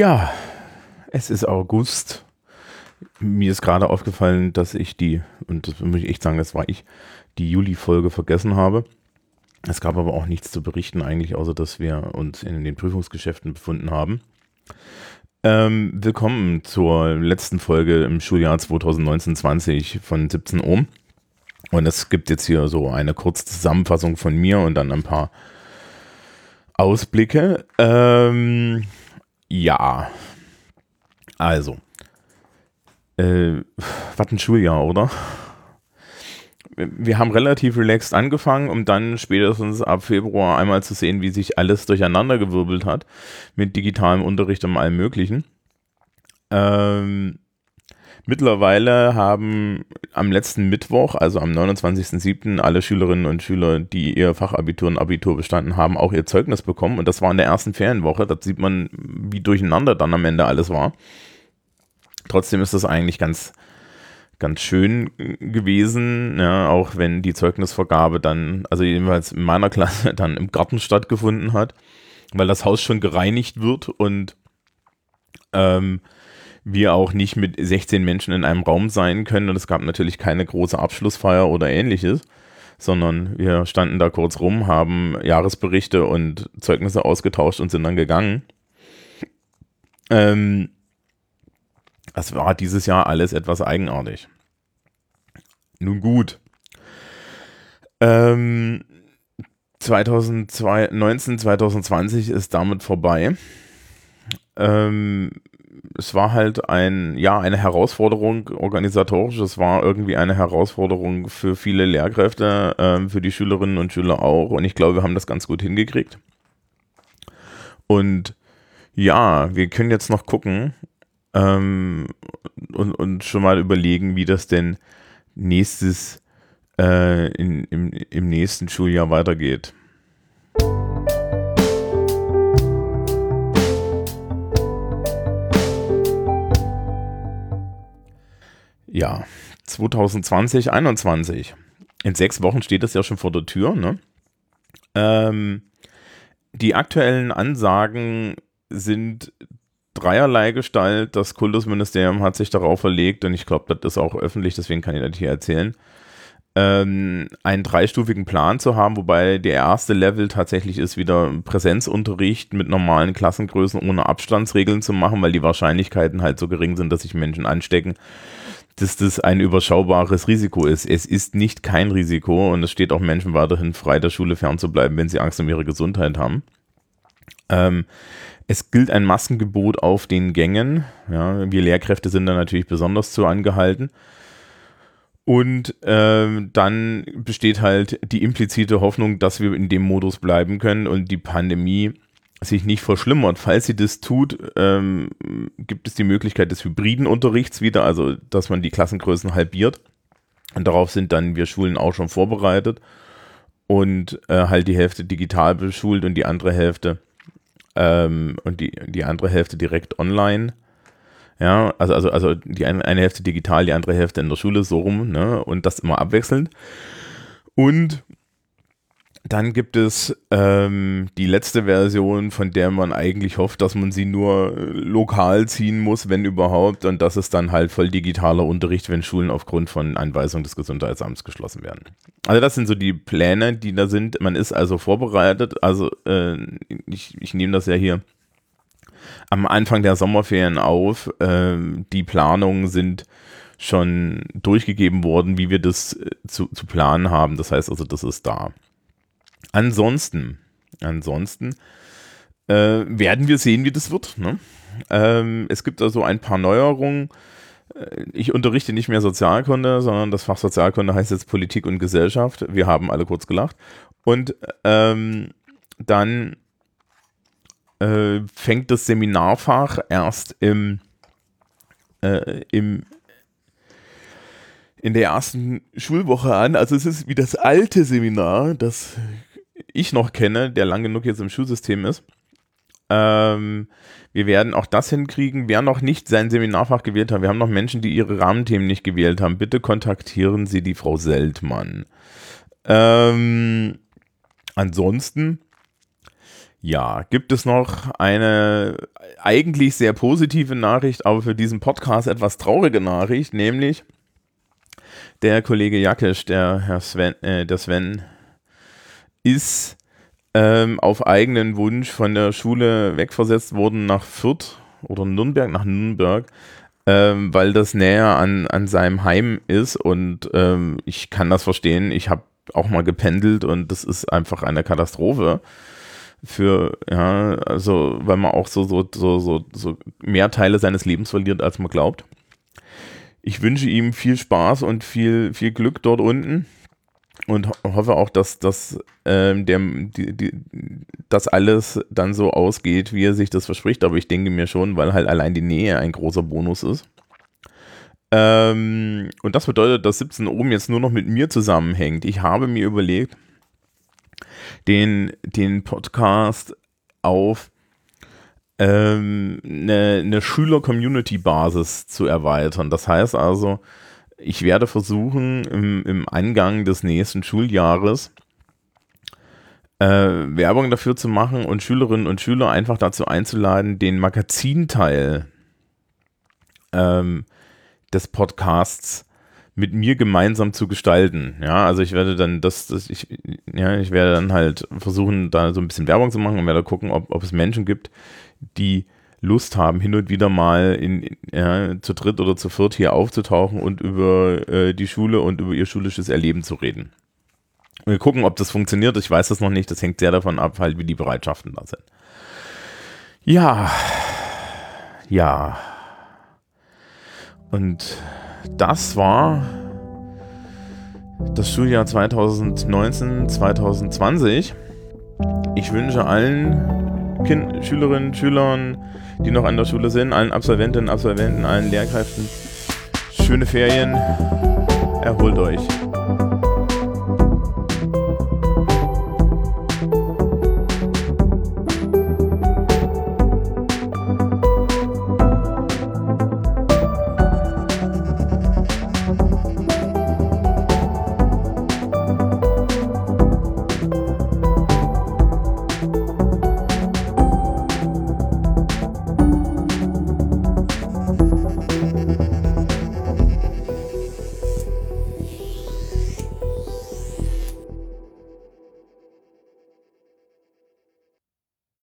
Ja, es ist August. Mir ist gerade aufgefallen, dass ich und das muss ich echt sagen, das war ich, die Juli-Folge vergessen habe. Es gab aber auch nichts zu berichten eigentlich, außer dass wir uns in den Prüfungsgeschäften befunden haben. Willkommen zur letzten Folge im Schuljahr 2019/20 von 17 Uhr. Und es gibt jetzt hier so eine kurze Zusammenfassung von mir und dann ein paar Ausblicke. Ja, also, was ein Schuljahr, oder? Wir haben relativ relaxed angefangen, um dann spätestens ab Februar einmal zu sehen, wie sich alles durcheinandergewirbelt hat mit digitalem Unterricht und allem Möglichen. Mittlerweile haben am letzten Mittwoch, also am 29.07., alle Schülerinnen und Schüler, die ihr Fachabitur und Abitur bestanden haben, auch ihr Zeugnis bekommen. Und das war in der ersten Ferienwoche. Da sieht man, wie durcheinander dann am Ende alles war. Trotzdem ist das eigentlich ganz schön gewesen, ja, auch wenn die Zeugnisvergabe dann, also jedenfalls in meiner Klasse, dann im Garten stattgefunden hat, weil das Haus schon gereinigt wird und wir auch nicht mit 16 Menschen in einem Raum sein können und es gab natürlich keine große Abschlussfeier oder ähnliches, sondern wir standen da kurz rum, haben Jahresberichte und Zeugnisse ausgetauscht und sind dann gegangen. Das war dieses Jahr alles etwas eigenartig. Nun gut. 2020 ist damit vorbei. Es war halt eine Herausforderung organisatorisch. Es war irgendwie eine Herausforderung für viele Lehrkräfte, für die Schülerinnen und Schüler auch. Und ich glaube, wir haben das ganz gut hingekriegt. Und ja, wir können jetzt noch gucken, und schon mal überlegen, wie das denn im nächsten Schuljahr weitergeht. Ja, 2020/21. In 6 Wochen steht das ja schon vor der Tür, ne? Die aktuellen Ansagen sind dreierlei Gestalt. Das Kultusministerium hat sich darauf verlegt, und ich glaube, das ist auch öffentlich, deswegen kann ich das hier erzählen, einen 3-stufigen Plan zu haben, wobei der erste Level tatsächlich ist, wieder Präsenzunterricht mit normalen Klassengrößen ohne Abstandsregeln zu machen, weil die Wahrscheinlichkeiten halt so gering sind, dass sich Menschen anstecken, dass das ein überschaubares Risiko ist. Es ist nicht kein Risiko und es steht auch Menschen weiterhin frei, der Schule fernzubleiben, wenn sie Angst um ihre Gesundheit haben. Es gilt ein Maskengebot auf den Gängen. Ja, wir Lehrkräfte sind da natürlich besonders zu angehalten. Und dann besteht halt die implizite Hoffnung, dass wir in dem Modus bleiben können und die Pandemie sich nicht verschlimmert. Falls sie das tut, gibt es die Möglichkeit des hybriden Unterrichts wieder, also dass man die Klassengrößen halbiert. Und darauf sind dann wir Schulen auch schon vorbereitet und halt die Hälfte digital beschult und die andere Hälfte die andere Hälfte direkt online. Ja, also die eine Hälfte digital, die andere Hälfte in der Schule, so rum, ne? Und das immer abwechselnd. Und dann gibt es die letzte Version, von der man eigentlich hofft, dass man sie nur lokal ziehen muss, wenn überhaupt. Und das ist dann halt voll digitaler Unterricht, wenn Schulen aufgrund von Anweisungen des Gesundheitsamts geschlossen werden. Also das sind so die Pläne, die da sind. Man ist also vorbereitet. Also ich nehme das ja hier am Anfang der Sommerferien auf. Die Planungen sind schon durchgegeben worden, wie wir das zu planen haben. Das heißt also, das ist da. Ansonsten werden wir sehen, wie das wird. Ne? Es gibt also ein paar Neuerungen. Ich unterrichte nicht mehr Sozialkunde, sondern das Fach Sozialkunde heißt jetzt Politik und Gesellschaft. Wir haben alle kurz gelacht. Und dann fängt das Seminarfach erst in der ersten Schulwoche an. Also es ist wie das alte Seminar, das ich noch kenne, der lang genug jetzt im Schulsystem ist. Wir werden auch das hinkriegen. Wer noch nicht sein Seminarfach gewählt hat, wir haben noch Menschen, die ihre Rahmenthemen nicht gewählt haben, bitte kontaktieren Sie die Frau Seltmann. Ansonsten Ja, gibt es noch eine eigentlich sehr positive Nachricht, aber für diesen Podcast etwas traurige Nachricht, nämlich der Kollege Jakisch, der Sven, ist auf eigenen Wunsch von der Schule wegversetzt worden nach Fürth oder nach Nürnberg, weil das näher an seinem Heim ist und ich kann das verstehen. Ich habe auch mal gependelt und das ist einfach eine Katastrophe. Also, weil man auch so mehr Teile seines Lebens verliert, als man glaubt. Ich wünsche ihm viel Spaß und viel Glück dort unten und hoffe auch, dass das alles dann so ausgeht, wie er sich das verspricht. Aber ich denke mir schon, weil halt allein die Nähe ein großer Bonus ist. Und das bedeutet, dass 17 oben jetzt nur noch mit mir zusammenhängt. Ich habe mir überlegt, den Podcast auf eine Schüler-Community-Basis zu erweitern. Das heißt also, ich werde versuchen, im Angang des nächsten Schuljahres Werbung dafür zu machen und Schülerinnen und Schüler einfach dazu einzuladen, den Magazinteil des Podcasts mit mir gemeinsam zu gestalten. Ja, also ich werde dann ich werde dann halt versuchen, da so ein bisschen Werbung zu machen und werde gucken, ob es Menschen gibt, die Lust haben, hin und wieder mal zu dritt oder zu viert hier aufzutauchen und über die Schule und über ihr schulisches Erleben zu reden. Wir gucken, ob das funktioniert. Ich weiß das noch nicht. Das hängt sehr davon ab, halt, wie die Bereitschaften da sind. Ja. Und das war das Schuljahr 2019/2020. Ich wünsche allen Schülerinnen, Schülern, die noch an der Schule sind, allen Absolventinnen, Absolventen, allen Lehrkräften schöne Ferien. Erholt euch.